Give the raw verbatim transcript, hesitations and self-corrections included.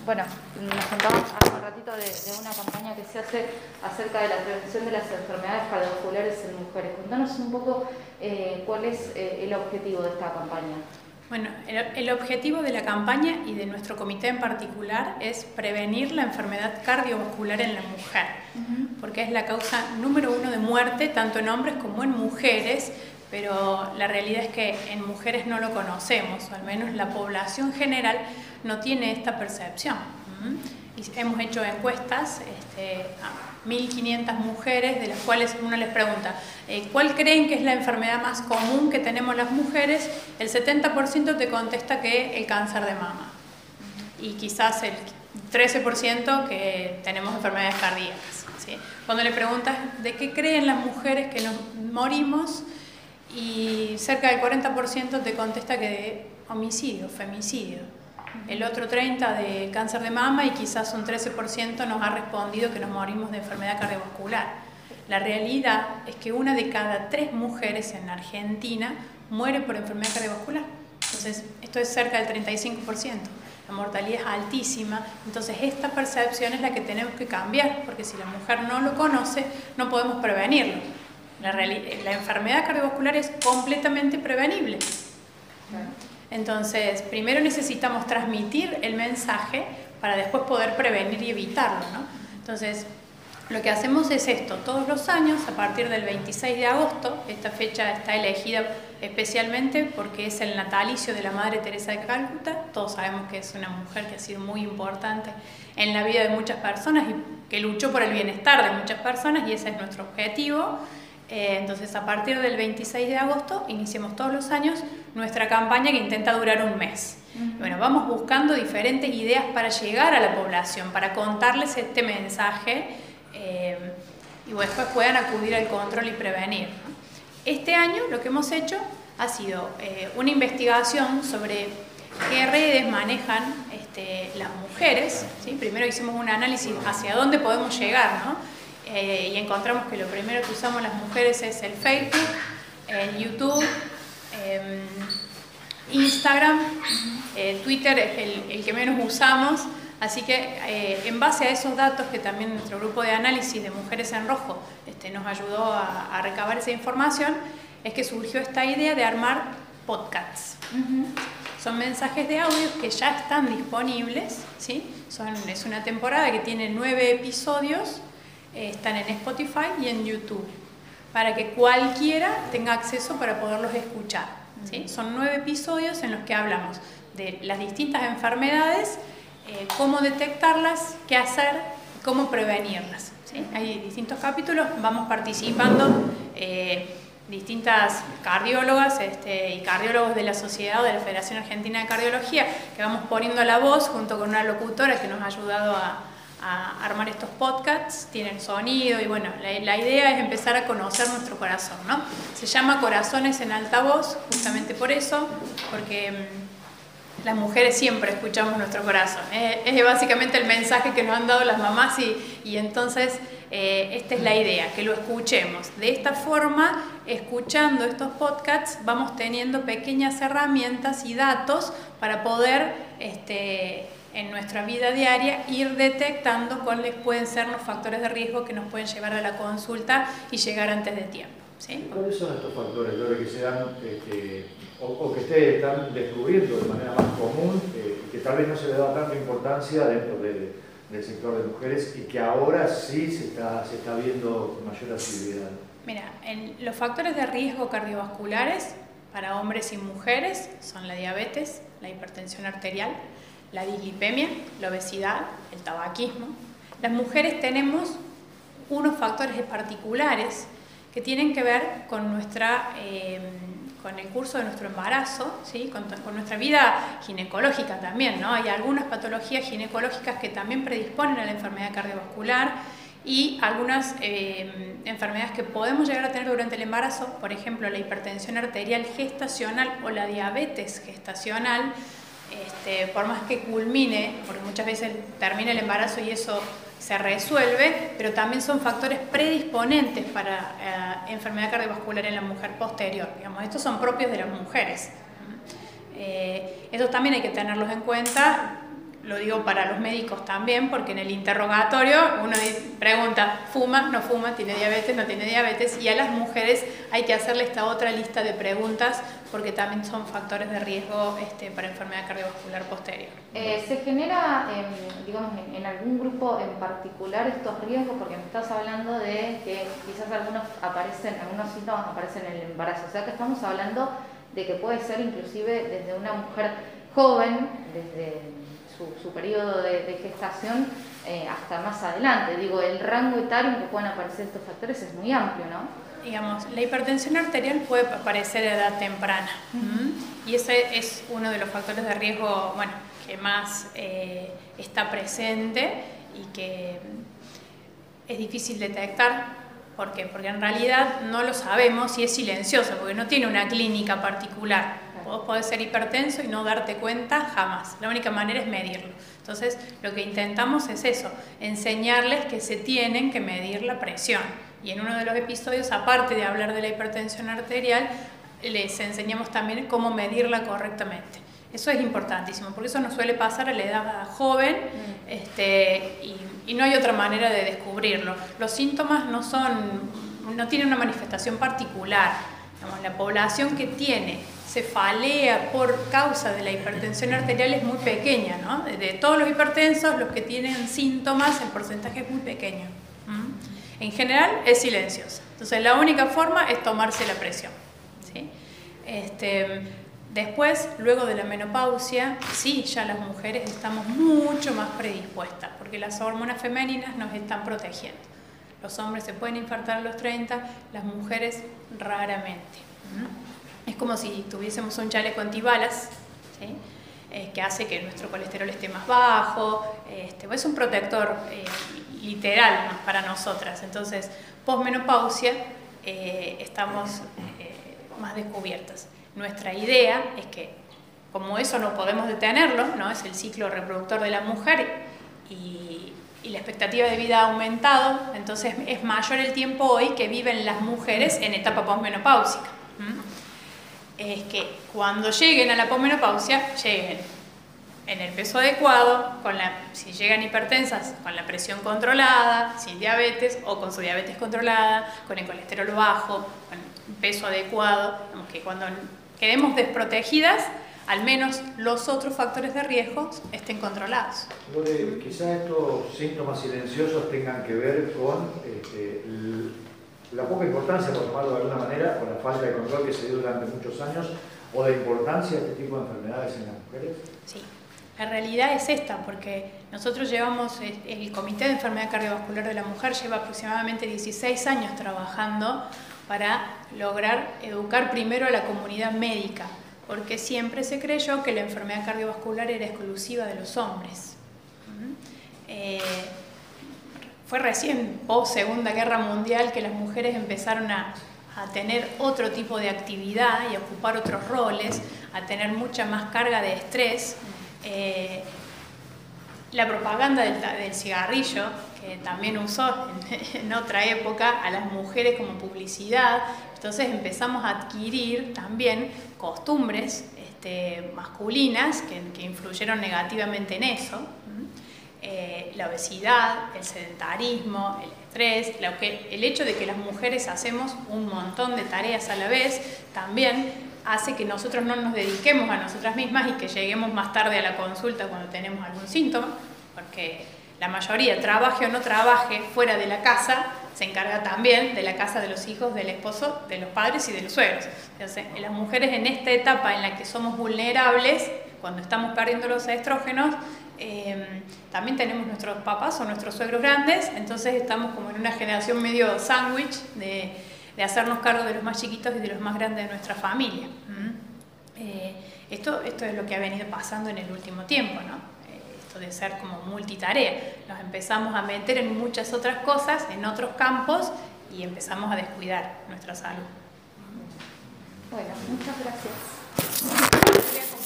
bueno, nos contabas hace un ratito de, de una campaña que se hace acerca de la prevención de las enfermedades cardiovasculares en mujeres. Contanos un poco eh, cuál es eh, el objetivo de esta campaña. Bueno, el, el objetivo de la campaña y de nuestro comité en particular es prevenir la enfermedad cardiovascular en la mujer, uh-huh. porque es la causa número uno de muerte, tanto en hombres como en mujeres, pero la realidad es que en mujeres no lo conocemos, o al menos la población general no tiene esta percepción. Uh-huh. Y hemos hecho encuestas este, a mil quinientas mujeres, de las cuales uno les pregunta eh, ¿cuál creen que es la enfermedad más común que tenemos las mujeres? El setenta por ciento te contesta que el cáncer de mama y quizás el trece por ciento que tenemos enfermedades cardíacas, ¿sí? Cuando le preguntas de qué creen las mujeres que nos morimos, y cerca del cuarenta por ciento te contesta que de homicidio, femicidio. El otro treinta por ciento de cáncer de mama y quizás un trece por ciento nos ha respondido que nos morimos de enfermedad cardiovascular. La realidad es que una de cada tres mujeres en Argentina muere por enfermedad cardiovascular. Entonces, esto es cerca del treinta y cinco por ciento. La mortalidad es altísima. Entonces, esta percepción es la que tenemos que cambiar, porque si la mujer no lo conoce, no podemos prevenirlo. La, la enfermedad cardiovascular es completamente prevenible. Entonces, primero necesitamos transmitir el mensaje para después poder prevenir y evitarlo, ¿no? Entonces, lo que hacemos es esto, todos los años, a partir del veintiséis de agosto, esta fecha está elegida especialmente porque es el natalicio de la Madre Teresa de Calcuta. Todos sabemos que es una mujer que ha sido muy importante en la vida de muchas personas y que luchó por el bienestar de muchas personas, y ese es nuestro objetivo. Eh, entonces, a partir del veintiséis de agosto, iniciamos todos los años nuestra campaña que intenta durar un mes. Uh-huh. Bueno, vamos buscando diferentes ideas para llegar a la población, para contarles este mensaje eh, y después puedan acudir al control y prevenir, ¿no? Este año lo que hemos hecho ha sido eh, una investigación sobre qué redes manejan este, las mujeres, ¿sí? Primero hicimos un análisis hacia dónde podemos llegar, ¿no? Eh, y encontramos que lo primero que usamos las mujeres es el Facebook, el YouTube, eh, Instagram, el Twitter es el, el que menos usamos, así que eh, en base a esos datos que también nuestro grupo de análisis de Mujeres en Rojo este, nos ayudó a, a recabar esa información, es que surgió esta idea de armar podcasts. Uh-huh. Son mensajes de audio que ya están disponibles, ¿sí? Son, es una temporada que tiene nueve episodios. Están en Spotify y en YouTube para que cualquiera tenga acceso para poderlos escuchar, ¿sí? Son nueve episodios en los que hablamos de las distintas enfermedades, eh, cómo detectarlas, qué hacer, cómo prevenirlas, ¿sí? Hay distintos capítulos, vamos participando eh, distintas cardiólogas este, y cardiólogos de la Sociedad o de la Federación Argentina de Cardiología, que vamos poniendo la voz junto con una locutora que nos ha ayudado a a armar estos podcasts. Tienen sonido y bueno, la, la idea es empezar a conocer nuestro corazón, ¿no? Se llama Corazones en Altavoz justamente por eso, porque mmm, las mujeres siempre escuchamos nuestro corazón. Eh, es básicamente el mensaje que nos han dado las mamás y, y entonces eh, esta es la idea, que lo escuchemos. De esta forma, escuchando estos podcasts, vamos teniendo pequeñas herramientas y datos para poder este, en nuestra vida diaria ir detectando cuáles pueden ser los factores de riesgo que nos pueden llevar a la consulta y llegar antes de tiempo, ¿sí? ¿Cuáles son estos factores, Lore, que se dan este, o, o que ustedes están descubriendo de manera más común, eh, que tal vez no se le da tanta importancia dentro de, del sector de mujeres y que ahora sí se está, se está viendo con mayor asiduidad? Mira, en los factores de riesgo cardiovasculares para hombres y mujeres son la diabetes, la hipertensión arterial, la dislipemia, la obesidad, el tabaquismo. Las mujeres tenemos unos factores particulares que tienen que ver con, nuestra, eh, con el curso de nuestro embarazo, ¿sí? con, con nuestra vida ginecológica también, ¿no? Hay algunas patologías ginecológicas que también predisponen a la enfermedad cardiovascular y algunas eh, enfermedades que podemos llegar a tener durante el embarazo, por ejemplo la hipertensión arterial gestacional o la diabetes gestacional. Este, por más que culmine, porque muchas veces termina el embarazo y eso se resuelve, pero también son factores predisponentes para eh, enfermedad cardiovascular en la mujer posterior. Digamos, estos son propios de las mujeres. Eh, estos también hay que tenerlos en cuenta. lo digo para los médicos también, porque en el interrogatorio uno pregunta, ¿fuma? ¿No fuma? ¿Tiene diabetes? ¿No tiene diabetes? Y a las mujeres hay que hacerle esta otra lista de preguntas porque también son factores de riesgo este, para enfermedad cardiovascular posterior. Eh, ¿Se genera, eh, digamos, en, en algún grupo en particular estos riesgos? Porque me estás hablando de que quizás algunos aparecen, algunos síntomas aparecen en el embarazo. O sea que estamos hablando de que puede ser inclusive desde una mujer joven, desde su, su periodo de, de gestación eh, hasta más adelante. Digo, el rango etario en que pueden aparecer estos factores es muy amplio, ¿no? Digamos, la hipertensión arterial puede aparecer a edad temprana. ¿Mm? Y ese es uno de los factores de riesgo, bueno, que más eh, está presente y que es difícil detectar. ¿Por qué? Porque en realidad no lo sabemos y es silencioso, porque no tiene una clínica particular. Vos podés ser hipertenso y no darte cuenta jamás. La única manera es medirlo. Entonces, lo que intentamos es eso, enseñarles que se tienen que medir la presión. Y en uno de los episodios, aparte de hablar de la hipertensión arterial, les enseñamos también cómo medirla correctamente. Eso es importantísimo, porque eso nos suele pasar a la edad joven mm. este, y, y no hay otra manera de descubrirlo. Los síntomas no son, no tienen una manifestación particular. Digamos, la población que tiene cefalea por causa de la hipertensión arterial es muy pequeña, ¿no? De, de todos los hipertensos, los que tienen síntomas, el porcentaje es muy pequeño. ¿Mm? En general es silenciosa. Entonces la única forma es tomarse la presión, ¿sí? Este, después, luego de la menopausia, sí, ya las mujeres estamos mucho más predispuestas, porque las hormonas femeninas nos están protegiendo. Los hombres se pueden infartar a los treinta, las mujeres raramente. ¿Mm? Es como si tuviésemos un chaleco antibalas, ¿sí? eh, que hace que nuestro colesterol esté más bajo. Este, es un protector eh, literal para nosotras. Entonces, posmenopausia eh, estamos eh, más descubiertas. Nuestra idea es que, como eso no podemos detenerlo, ¿no? Es el ciclo reproductor de la mujer y, y la expectativa de vida ha aumentado, entonces es mayor el tiempo hoy que viven las mujeres en etapa posmenopáusica. ¿Mm? Es que cuando lleguen a la posmenopausia, lleguen en el peso adecuado, con la, si llegan hipertensas, con la presión controlada, sin diabetes o con su diabetes controlada, con el colesterol bajo, con el peso adecuado, que cuando quedemos desprotegidas, al menos los otros factores de riesgo estén controlados. Lore, quizás estos síntomas silenciosos tengan que ver con este, el, la poca importancia, por llamarlo de alguna manera, o la falta de control que se dio durante muchos años, o de importancia de este tipo de enfermedades en las mujeres. Sí. La realidad es esta, porque nosotros llevamos, el Comité de Enfermedad Cardiovascular de la Mujer lleva aproximadamente dieciséis años trabajando para lograr educar primero a la comunidad médica, porque siempre se creyó que la enfermedad cardiovascular era exclusiva de los hombres. Eh, fue recién, post Segunda Guerra Mundial, que las mujeres empezaron a, a tener otro tipo de actividad y a ocupar otros roles, a tener mucha más carga de estrés. Eh, la propaganda del, del cigarrillo, que también usó en, en otra época a las mujeres como publicidad, entonces empezamos a adquirir también costumbres este, masculinas que, que influyeron negativamente en eso. Eh, la obesidad, el sedentarismo, el estrés, lo que, el hecho de que las mujeres hacemos un montón de tareas a la vez, también hace que nosotros no nos dediquemos a nosotras mismas y que lleguemos más tarde a la consulta cuando tenemos algún síntoma, porque la mayoría, trabaje o no trabaje fuera de la casa, se encarga también de la casa, de los hijos, del esposo, de los padres y de los suegros. Entonces, las mujeres en esta etapa en la que somos vulnerables, cuando estamos perdiendo los estrógenos, eh, también tenemos nuestros papás o nuestros suegros grandes, entonces estamos como en una generación medio sándwich de, de hacernos cargo de los más chiquitos y de los más grandes de nuestra familia. ¿Mm? Eh, esto, esto es lo que ha venido pasando en el último tiempo, ¿no? De ser como multitarea. Nos empezamos a meter en muchas otras cosas, en otros campos, y empezamos a descuidar nuestra salud. Bueno, muchas gracias.